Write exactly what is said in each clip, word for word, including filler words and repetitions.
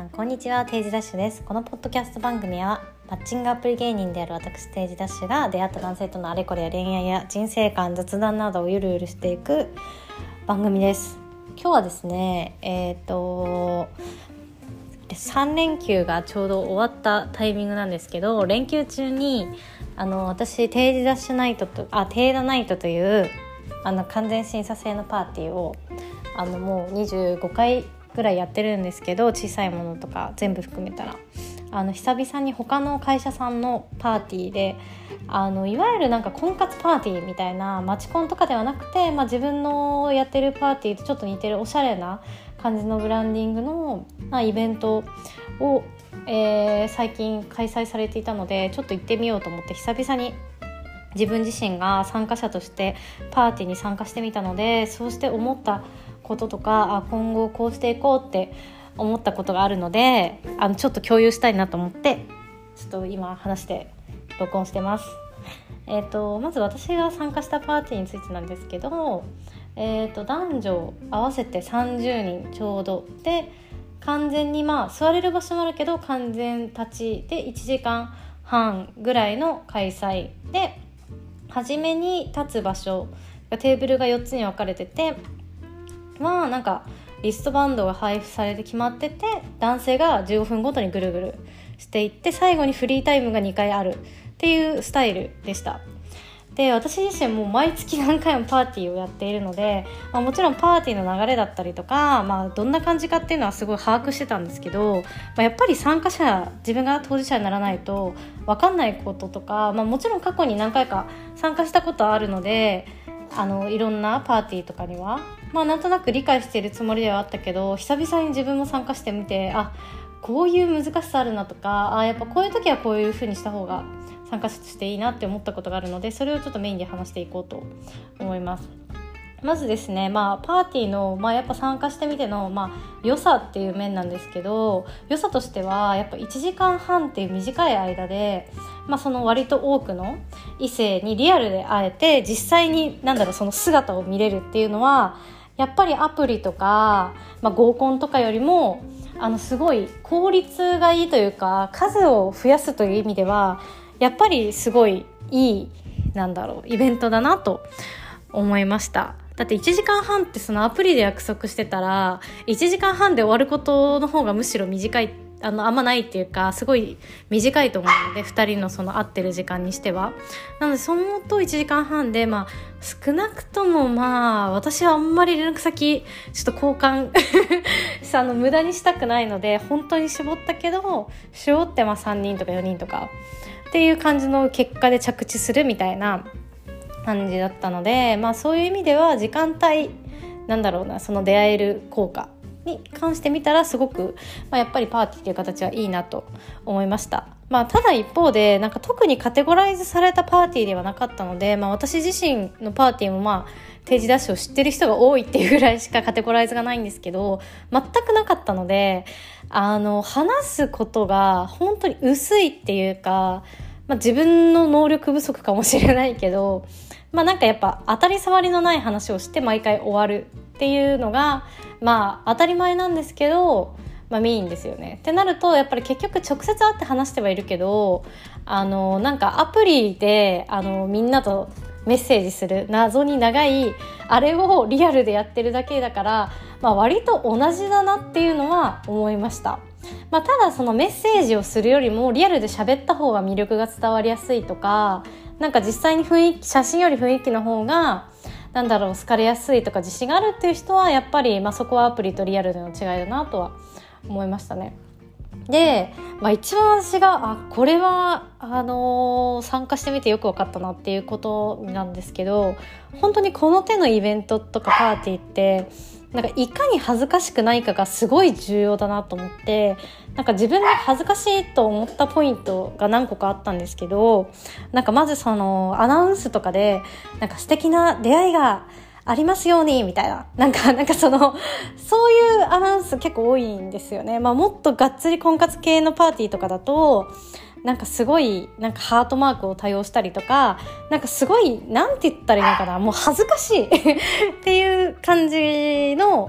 んこんにちは。定時ダッシュです。このポッドキャスト番組はマッチングアプリ芸人である私定時ダッシュが出会った男性とのあれこれや恋愛や人生観、雑談などをゆるゆるしていく番組です。今日はですねえっとさん連休がちょうど終わったタイミングなんですけど、連休中にあの私定時ダッシュナイトとあ定ダナイトというあの完全審査制のパーティーをあのもうにじゅうごかいぐらいやってるんですけど、小さいものとか全部含めたらあの久々に他の会社さんのパーティーであのいわゆるなんか婚活パーティーみたいなマチコンとかではなくて、まあ、自分のやってるパーティーとちょっと似てるおしゃれな感じのブランディングの、まあ、イベントを、えー、最近開催されていたのでちょっと行ってみようと思って久々に自分自身が参加者としてパーティーに参加してみたので、そうして思ったこととか、あ今後こうしていこうって思ったことがあるので、あのちょっと共有したいなと思ってちょっと今話して録音してます。えーと、まず私が参加したパーティーについてなんですけど、えーと、男女合わせてさんじゅうにんちょうどで、完全にまあ座れる場所もあるけど完全立ちでいちじかんはんぐらいの開催で、初めに立つ場所がテーブルがよっつに分かれてて、まあなんかリストバンドが配布されて決まってて、男性がじゅうごふんごとにぐるぐるしていって、最後にフリータイムがにかいあるっていうスタイルでした。で、私自身も毎月何回もパーティーをやっているので、まあ、もちろんパーティーの流れだったりとか、まあ、どんな感じかっていうのはすごい把握してたんですけど、まあ、やっぱり参加者自分が当事者にならないと分かんないこととか、まあ、もちろん過去に何回か参加したことはあるので、あのいろんなパーティーとかには、まあ、なんとなく理解しているつもりではあったけど、久々に自分も参加してみて、あこういう難しさあるなとか、あやっぱこういう時はこういう風にした方が参加者としていいなって思ったことがあるので、それをちょっとメインで話していこうと思います。まずですね、まあ、パーティーの、まあ、やっぱ参加してみての、まあ、良さっていう面なんですけど、良さとしてはやっぱいちじかんはんっていう短い間で、まあ、その割と多くの異性にリアルで会えて、実際になんだろうその姿を見れるっていうのはやっぱりアプリとか、まあ、合コンとかよりもあのすごい効率がいいというか、数を増やすという意味ではやっぱりすごいいいなんだろうイベントだなと思いました。だっていちじかんはんってそのアプリで約束してたらいちじかんはんで終わることの方がむしろ短い、あのあんまないっていうか、すごい短いと思うので、ふたりのその会ってる時間にしては。なのでそのといちじかんはんで、まあ少なくともまあ私はあんまり連絡先ちょっと交換あの無駄にしたくないので、本当に絞ったけど絞ってまあさんにんとかよにんとかっていう感じの結果で着地するみたいな感じだったので、まあそういう意味では時間帯なんだろうな、その出会える効果に関して見たらすごく、まあ、やっぱりパーティーという形はいいなと思いました。まあ、ただ一方でなんか特にカテゴライズされたパーティーではなかったので、まあ、私自身のパーティーもまあ定時ダッシュを知ってる人が多いっていうぐらいしかカテゴライズがないんですけど、全くなかったので、あの話すことが本当に薄いっていうか、まあ、自分の能力不足かもしれないけど、まあなんかやっぱ当たり障りのない話をして毎回終わるっていうのがまあ当たり前なんですけど、まあメインですよね。ってなるとやっぱり結局直接会って話してはいるけど、あのなんかアプリであのみんなとメッセージする謎に長いあれをリアルでやってるだけだから、まあ、割と同じだなっていうのは思いました。まあ、ただそのメッセージをするよりもリアルで喋った方が魅力が伝わりやすいとか、なんか実際に雰囲気写真より雰囲気の方がなんだろう好かれやすいとか自信があるっていう人はやっぱり、まあ、そこはアプリとリアルでの違いだなとは思いましたね。で、まあ、一番私があこれはあのー、参加してみてよく分かったなっていうことなんですけど、本当にこの手のイベントとかパーティーってなんかいかに恥ずかしくないかがすごい重要だなと思って、なんか自分が恥ずかしいと思ったポイントが何個かあったんですけど、なんかまずそのアナウンスとかでなんか素敵な出会いがありますようにみたいな、なんかなんかそのそういうアナウンス結構多いんですよね。まあもっとがっつり婚活系のパーティーとかだとなんかすごいなんかハートマークを多用したりとか、なんかすごいなんて言ったらいいのかな、もう恥ずかしいっていう感じの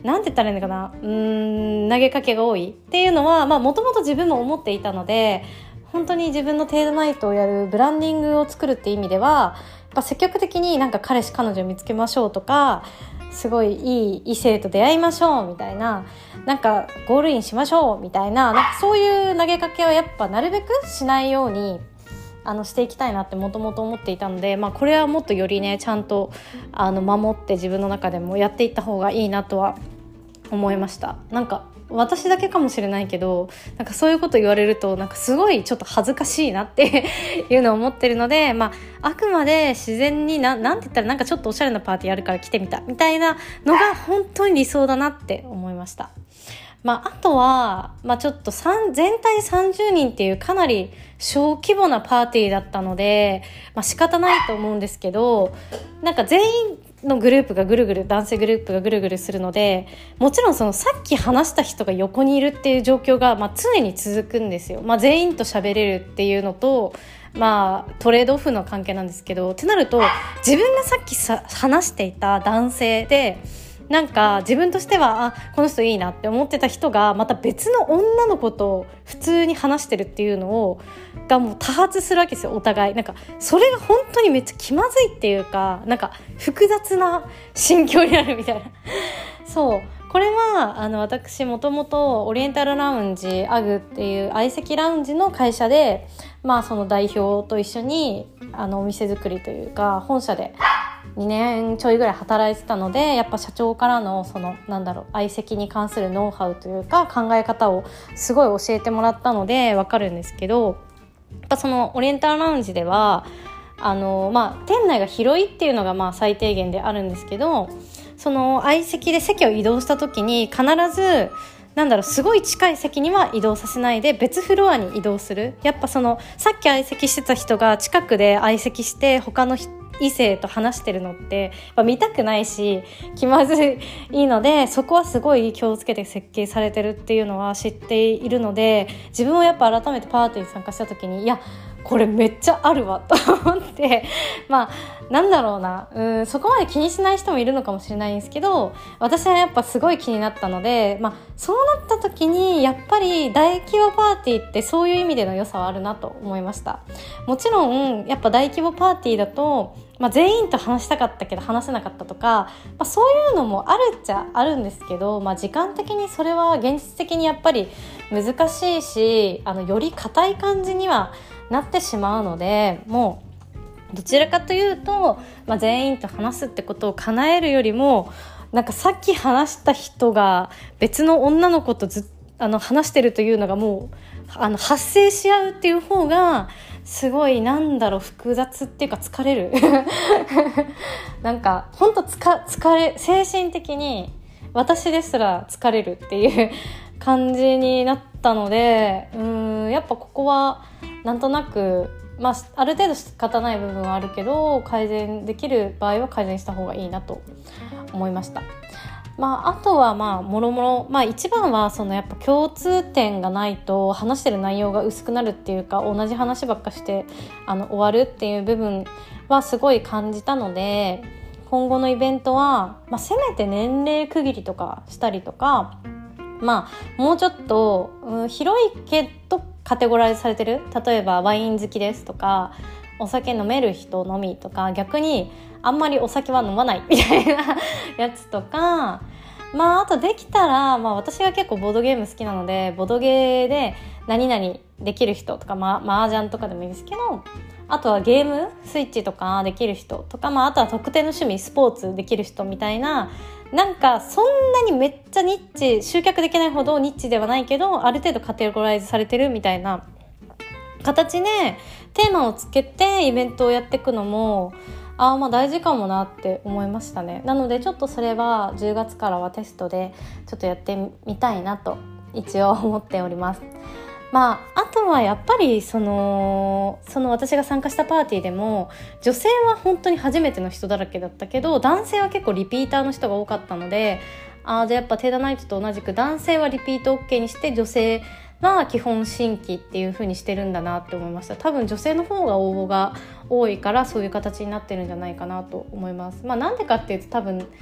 なんて言ったらいいのかな、うーん投げかけが多いっていうのはもともと自分も思っていたので、本当に自分のテーマナイトをやるブランディングを作るっていう意味ではやっぱ積極的になんか彼氏彼女を見つけましょうとか、すごいいい異性と出会いましょうみたいな、なんかゴールインしましょうみたいな、なんかそういう投げかけはやっぱなるべくしないようにあのしていきたいなってもともと思っていたので、まあ、これはもっとよりねちゃんとあの守って自分の中でもやっていった方がいいなとは思いました。なんか私だけかもしれないけど、なんかそういうこと言われるとなんかすごいちょっと恥ずかしいなっていうのを思ってるので、まあ、あくまで自然にな、なんて言ったらなんかちょっとおしゃれなパーティーやるから来てみたみたいなのが本当に理想だなって思いました。まあ、あとは、まあ、ちょっと全体さんじゅうにんっていうかなり小規模なパーティーだったので、まあ、仕方ないと思うんですけど、なんか全員のグループがぐるぐる、男性グループがぐるぐるするので、もちろんそのさっき話した人が横にいるっていう状況がまあ常に続くんですよ。まあ、全員と喋れるっていうのと、まあ、トレードオフの関係なんですけど、ってなると自分がさっきさ話していた男性でなんか自分としてはあこの人いいなって思ってた人がまた別の女の子と普通に話してるっていうのをがもう多発するわけですよ、お互い。なんかそれが本当にめっちゃ気まずいっていうか、なんか複雑な心境になるみたいなそう、これはあの私もともとオリエンタルラウンジアグっていう相席ラウンジの会社で、まあ、その代表と一緒にあのお店作りというか本社でにねんちょいぐらい働いてたので、やっぱ社長からのそのなんだろう相席に関するノウハウというか考え方をすごい教えてもらったので分かるんですけど、やっぱそのオリエンタルラウンジではあの、まあ、店内が広いっていうのがまあ最低限であるんですけど、その相席で席を移動した時に必ずなんだろうすごい近い席には移動させないで別フロアに移動する。やっぱそのさっき相席してた人が近くで相席して他の異性と話してるのって見たくないし気まずいので、そこはすごい気をつけて設計されてるっていうのは知っているので、自分はやっぱ改めてパーティーに参加した時にいやこれめっちゃあるわと思ってまあなんだろうな、うん、そこまで気にしない人もいるのかもしれないんですけど、私はやっぱすごい気になったので、まあ、そうなった時にやっぱり大規模パーティーってそういう意味での良さはあるなと思いました。もちろんやっぱ大規模パーティーだと、まあ、全員と話したかったけど話せなかったとか、まあ、そういうのもあるっちゃあるんですけど、まあ、時間的にそれは現実的にやっぱり難しいし、あのより硬い感じにはなってしまうので、もうどちらかというと、まあ、全員と話すってことを叶えるよりもなんかさっき話した人が別の女の子とずあの話してるというのがもうあの発生し合うっていう方がすごいなんだろう複雑っていうか疲れるなんかほんと疲れ精神的に私ですら疲れるっていう感じになったので、うーんやっぱここはなんとなく、まあ、ある程度仕方ない部分はあるけど改善できる場合は改善した方がいいなと思いました。まあ、あとはまあもろもろ、まあ、一番はそのやっぱ共通点がないと話してる内容が薄くなるっていうか、同じ話ばっかしてあの終わるっていう部分はすごい感じたので、今後のイベントは、まあ、せめて年齢区切りとかしたりとか、まあ、もうちょっと、うん、広いけどカテゴライズされてる、例えばワイン好きですとかお酒飲める人のみとか、逆にあんまりお酒は飲まないみたいなやつとか、まああとできたら、まあ、私が結構ボードゲーム好きなのでボードゲーで何々できる人とか、まあ、麻雀とかでもいいですけど、あとはゲームスイッチとかできる人とか、まあ、あとは特定の趣味スポーツできる人みたいな、なんかそんなにめっちゃニッチ、集客できないほどニッチではないけどある程度カテゴライズされてるみたいな形でテーマをつけてイベントをやっていくのもあまあ大事かもなって思いましたね。なのでちょっとそれはじゅうがつからはテストでちょっとやってみたいなと一応思っております。まあ、あとはやっぱりその、その私が参加したパーティーでも女性は本当に初めての人だらけだったけど男性は結構リピーターの人が多かったので、あじゃあやっぱテーダナイトと同じく男性はリピート OK にして女性は基本新規っていう風にしてるんだなって思いました。多分女性の方が応募が多いからそういう形になってるんじゃないかなと思います。まあ、なんでかっていうと多分う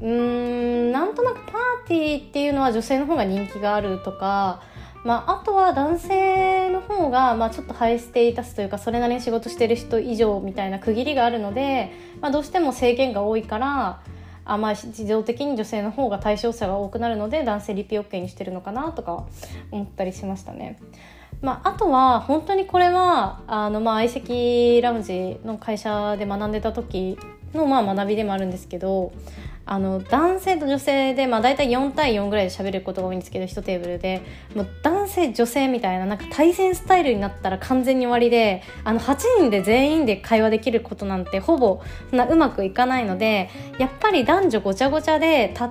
ーんなんとなくパーティーっていうのは女性の方が人気があるとか、まあ、あとは男性の方が、まあ、ちょっとハイステータスというかそれなりに仕事してる人以上みたいな区切りがあるので、まあ、どうしても制限が多いからあ、まあ、自動的に女性の方が対象者が多くなるので男性リピ OK にしてるのかなとか思ったりしましたね。まあ、あとは本当にこれはあの、まあ、相席ラウンジの会社で学んでた時の、まあ、学びでもあるんですけど、あの男性と女性で、まあ、大体よんたいよんぐらいで喋ることが多いんですけど、いちテーブルでもう男性女性みたいな、なんか対戦スタイルになったら完全に終わりで、あのはちにんで全員で会話できることなんてほぼそんなうまくいかないので、やっぱり男女ごちゃごちゃで立って、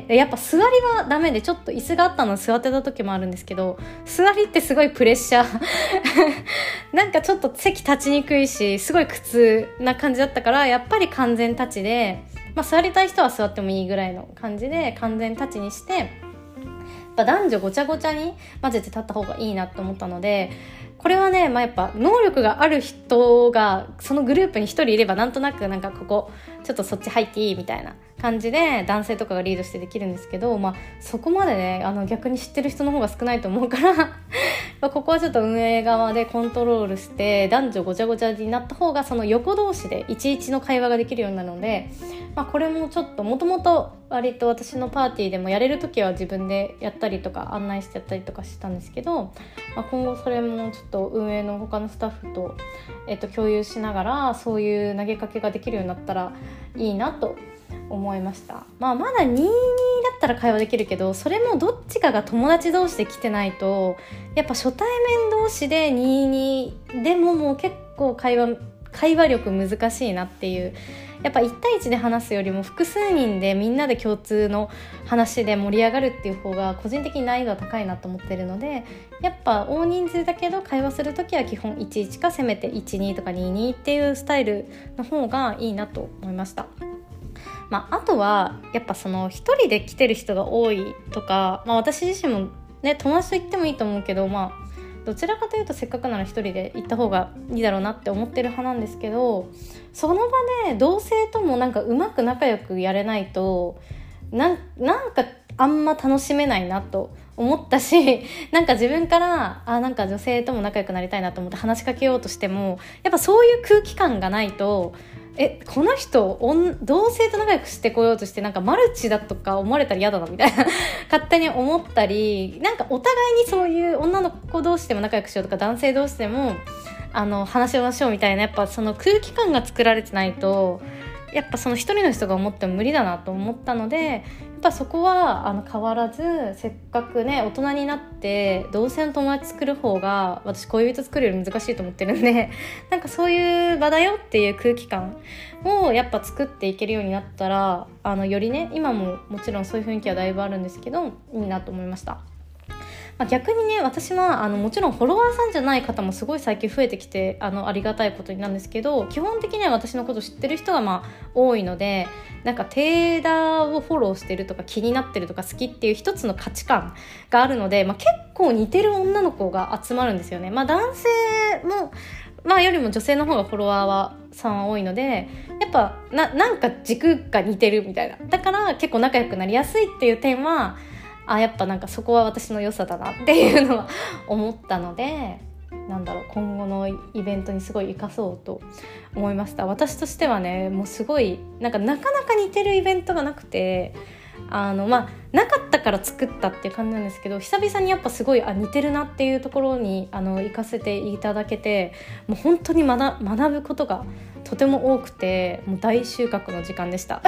やっぱ座りはダメで、ちょっと椅子があったの座ってた時もあるんですけど、座りってすごいプレッシャーなんかちょっと席立ちにくいしすごい苦痛な感じだったから、やっぱり完全立ちで、まあ、座りたい人は座ってもいいぐらいの感じで完全立ちにして、やっぱ男女ごちゃごちゃに混ぜて立った方がいいなと思ったので、これはね、まあ、やっぱ能力がある人がそのグループにひとりいればなんとなくなんかここちょっとそっち入っていいみたいな感じで男性とかがリードしてできるんですけど、まあ、そこまでねあの逆に知ってる人の方が少ないと思うからここはちょっと運営側でコントロールして男女ごちゃごちゃになった方がその横同士でいちいちの会話ができるようになるので、まあ、これもちょっともともと割と私のパーティーでもやれるときは自分でやったりとか案内してやったりとかしたんですけど、まあ、今後それもちょっと運営の他のスタッフと、えっと、共有しながらそういう投げかけができるようになったらいいなと思いました。まあ、まだにたいにだったら会話できるけど、それもどっちかが友達同士で来てないと、やっぱ初対面同士でにたいにでももう結構会話会話力難しいなっていう、やっぱいちたいいちで話すよりも複数人でみんなで共通の話で盛り上がるっていう方が個人的に難易度は高いなと思ってるので、やっぱ大人数だけど会話するときは基本いちいちかせめていちにとかににっていうスタイルの方がいいなと思いました。まあ、あとはやっぱその一人で来てる人が多いとか、まあ、私自身もね友達と行ってもいいと思うけど、まあどちらかというとせっかくなら一人で行った方がいいだろうなって思ってる派なんですけど、その場で同性ともなんかうまく仲良くやれないとな ん, なんかあんま楽しめないなと思ったし、なんか自分からあなんか女性とも仲良くなりたいなと思って話しかけようとしても、やっぱそういう空気感がないと、えこの人同性と仲良くしてこようとしてなんかマルチだとか思われたら嫌だなみたいな勝手に思ったり、なんかお互いにそういう女の子同士でも仲良くしようとか男性同士でもあの話しましょうみたいな、やっぱその空気感が作られてないとやっぱその一人の人が思っても無理だなと思ったので、やっぱそこはあの変わらず、せっかくね大人になって同性の友達作る方が私恋人作るより難しいと思ってるんで、なんかそういう場だよっていう空気感をやっぱ作っていけるようになったら、あのよりね今ももちろんそういう雰囲気はだいぶあるんですけどいいなと思いました。まあ、逆にね私はあのもちろんフォロワーさんじゃない方もすごい最近増えてきて あのありがたいことになんですけど、基本的には私のこと知ってる人がまあ多いので、なんかテーダーをフォローしてるとか気になってるとか好きっていう一つの価値観があるので、まあ、結構似てる女の子が集まるんですよね。まあ、男性もまあ、よりも女性の方がフォロワーはさんは多いので、やっぱ な, なんか軸が似てるみたいな、だから結構仲良くなりやすいっていう点はあやっぱなんかそこは私の良さだなっていうのは思ったので、なんだろう今後のイベントにすごい生かそうと思いました。私としてはねもうすごいなんかなかなか似てるイベントがなくて、あのまあなかったから作ったっていう感じなんですけど、久々にやっぱすごいあ似てるなっていうところにあの行かせていただけて、もう本当に学、学ぶことがとても多くて、もう大収穫の時間でした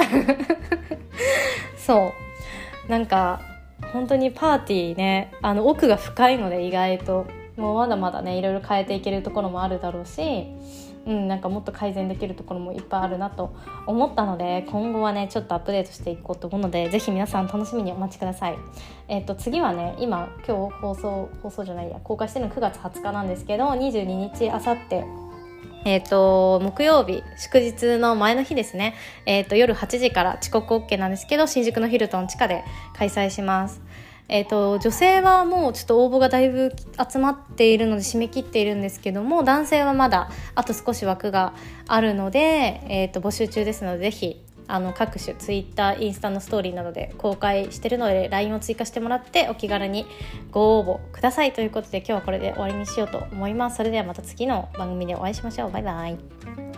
そうなんか本当にパーティーねあの奥が深いので、意外ともうまだまだねいろいろ変えていけるところもあるだろうし、うん、なんかもっと改善できるところもいっぱいあるなと思ったので、今後はねちょっとアップデートしていこうと思うので、ぜひ皆さん楽しみにお待ちください。えっと次はね今今日放送放送じゃないや公開してるのくがつはつかなんですけど、にじゅうににちあさってえー、と木曜日祝日の前の日ですね、えー、と夜はちじから遅刻 OK なんですけど、新宿のヒルトン地下で開催します。えー、と女性はもうちょっと応募がだいぶ集まっているので締め切っているんですけども、男性はまだあと少し枠があるので、えー、と募集中ですので、ぜひあの各種ツイッター、インスタのストーリーなどで公開してるので ライン を追加してもらってお気軽にご応募くださいということで、今日はこれで終わりにしようと思います。それではまた次の番組でお会いしましょう。バイバイ。